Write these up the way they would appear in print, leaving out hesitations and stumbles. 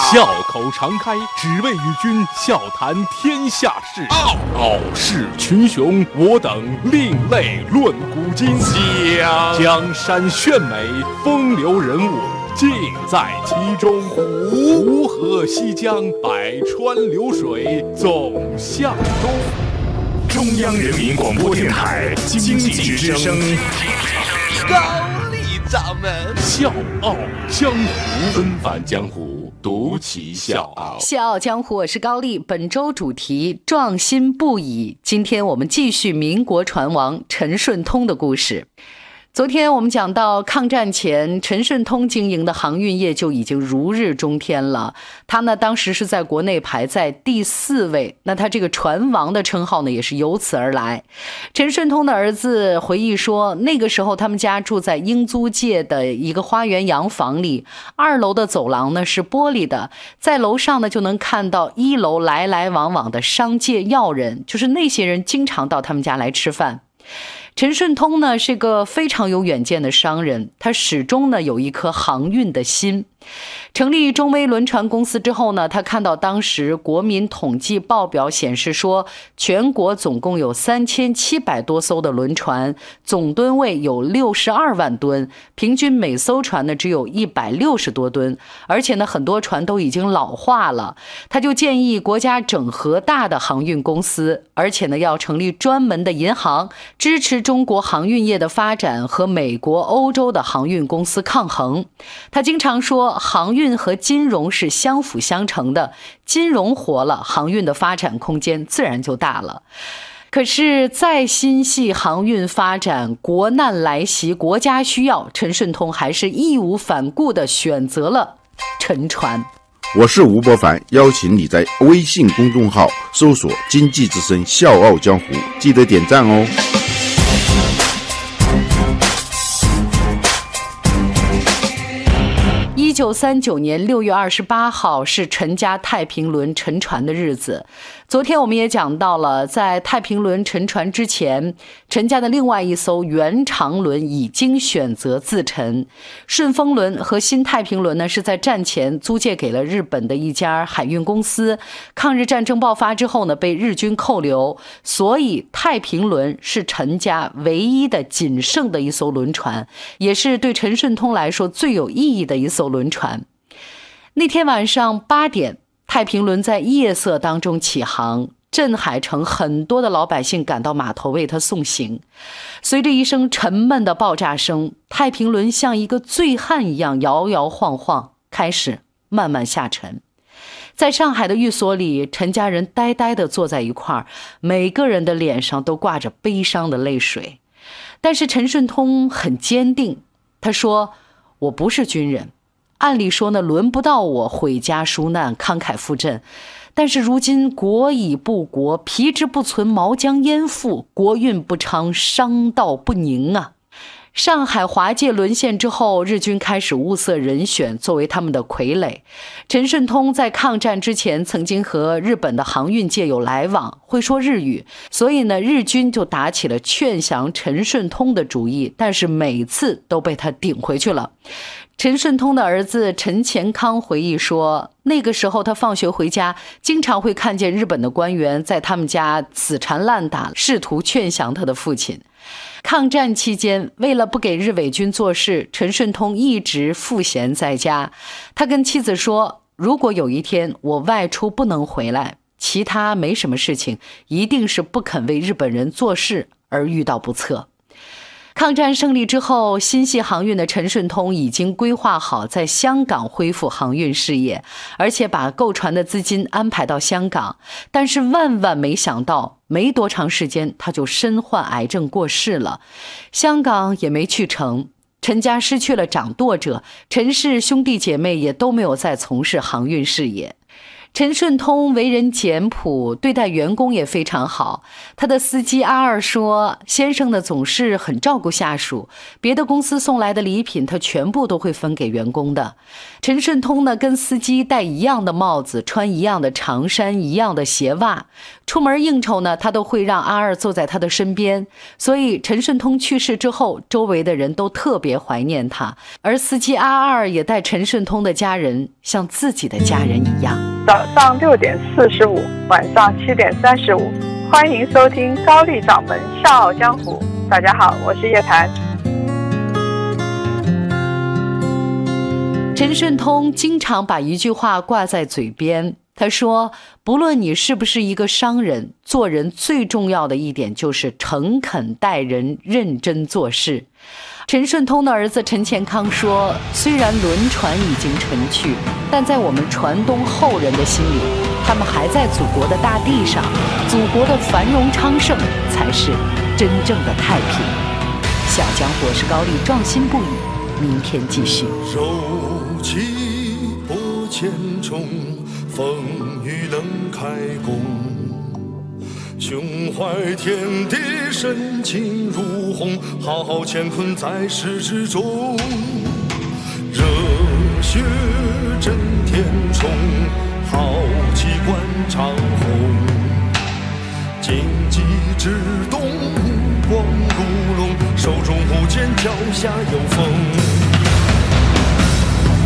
笑口常开，只为与君笑谈天下事。傲视群雄，我等另类论古今。江山炫美，风流人物尽在其中。湖河西江，百川流水总向东。 中央人民广播电台经济之声， 高丽掌门笑傲江湖，纷繁江湖，独骑笑傲。 笑傲江湖，我是高丽。本周主题壮心不已。今天我们继续民国船王陈顺通的故事。昨天我们讲到抗战前，陈顺通经营的航运业就已经如日中天了。他呢，当时是在国内排在第4位，那他这个船王的称号呢，也是由此而来。陈顺通的儿子回忆说，那个时候他们家住在英租界的一个花园洋房里，2楼的走廊呢是玻璃的，在楼上呢就能看到1楼来来往往的商界要人，就是那些人经常到他们家来吃饭。陈顺通呢是个非常有远见的商人，他始终呢有一颗航运的心。成立中微轮船公司之后呢，他看到当时国民统计报表显示说，全国总共有3700多艘的轮船，总吨位有62万吨，平均每艘船呢只有160多吨，而且呢很多船都已经老化了。他就建议国家整合大的航运公司，而且呢要成立专门的银行，支持中国航运业的发展和美国、欧洲的航运公司抗衡。他经常说，航运和金融是相辅相成的，金融活了，航运的发展空间自然就大了。可是再心系航运发展，国难来袭，国家需要，陈顺通还是义无反顾地选择了沉船。 我是吴伯凡，邀请你在微信公众号搜索经济之声笑傲江湖，记得点赞哦。 1939年6月28号是陈家太平轮沉船的日子。昨天我们也讲到了，在太平轮沉船之前，陈家的另外一艘原长轮已经选择自沉。顺风轮和新太平轮呢，是在战前租借给了日本的一家海运公司。抗日战争爆发之后呢，被日军扣留，所以太平轮是陈家唯一的仅剩的一艘轮船，也是对陈顺通来说最有意义的一艘轮船。那天晚上8点，太平轮在夜色当中起航，镇海城很多的老百姓赶到码头为他送行。随着一声沉闷的爆炸声，太平轮像一个醉汉一样摇摇晃晃，开始慢慢下沉。在上海的寓所里，陈家人呆呆地坐在一块儿，每个人的脸上都挂着悲伤的泪水。但是陈顺通很坚定，他说，我不是军人，按理说呢，轮不到我毁家纾难、慷慨赴阵。但是如今国已不国，皮之不存，毛将焉附？国运不昌，商道不宁啊！上海华界沦陷之后，日军开始物色人选作为他们的傀儡。陈顺通在抗战之前曾经和日本的航运界有来往，会说日语，所以呢，日军就打起了劝降陈顺通的主意，但是每次都被他顶回去了。陈顺通的儿子陈乾康回忆说，那个时候他放学回家，经常会看见日本的官员在他们家死缠烂打，试图劝降他的父亲。抗战期间，为了不给日伪军做事，陈顺通一直赋闲在家。他跟妻子说，如果有一天我外出不能回来，其他没什么事情，一定是不肯为日本人做事而遇到不测。抗战胜利之后，心系航运的陈顺通已经规划好在香港恢复航运事业，而且把购船的资金安排到香港。但是万万没想到，没多长时间他就身患癌症过世了，香港也没去成。陈家失去了掌舵者，陈氏兄弟姐妹也都没有再从事航运事业。 陈顺通为人简朴，对待员工也非常好。他的司机阿二说，先生呢总是很照顾下属，别的公司送来的礼品他全部都会分给员工的。陈顺通呢跟司机戴一样的帽子，穿一样的长衫，一样的鞋袜，出门应酬呢他都会让阿二坐在他的身边。所以陈顺通去世之后，周围的人都特别怀念他，而司机阿二也待陈顺通的家人像自己的家人一样。 早上6点45，晚上7点35，欢迎收听高丽掌门笑傲江湖。大家好，我是叶檀。 陈顺通经常把一句话挂在嘴边，他说，不论你是不是一个商人，做人最重要的一点就是诚恳待人，认真做事。陈顺通的儿子陈乾康说，虽然轮船已经沉去，但在我们船东后人的心里，他们还在祖国的大地上，祖国的繁荣昌盛才是真正的太平。小江湖是高丽，壮心不已，明天继续。 柔气拨千重，风雨能开弓，胸怀天地，深情如虹，浩浩乾坤在世之中。热血震天冲，豪气贯长虹，荆棘之东，目光如龙，手中无剑，脚下有风。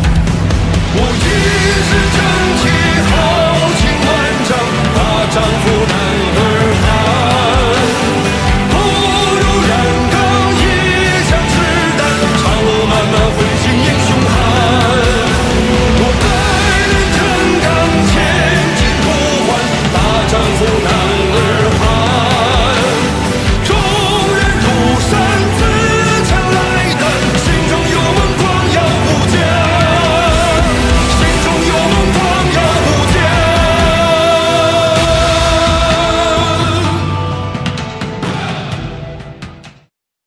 我一日正气，豪情万丈，大丈夫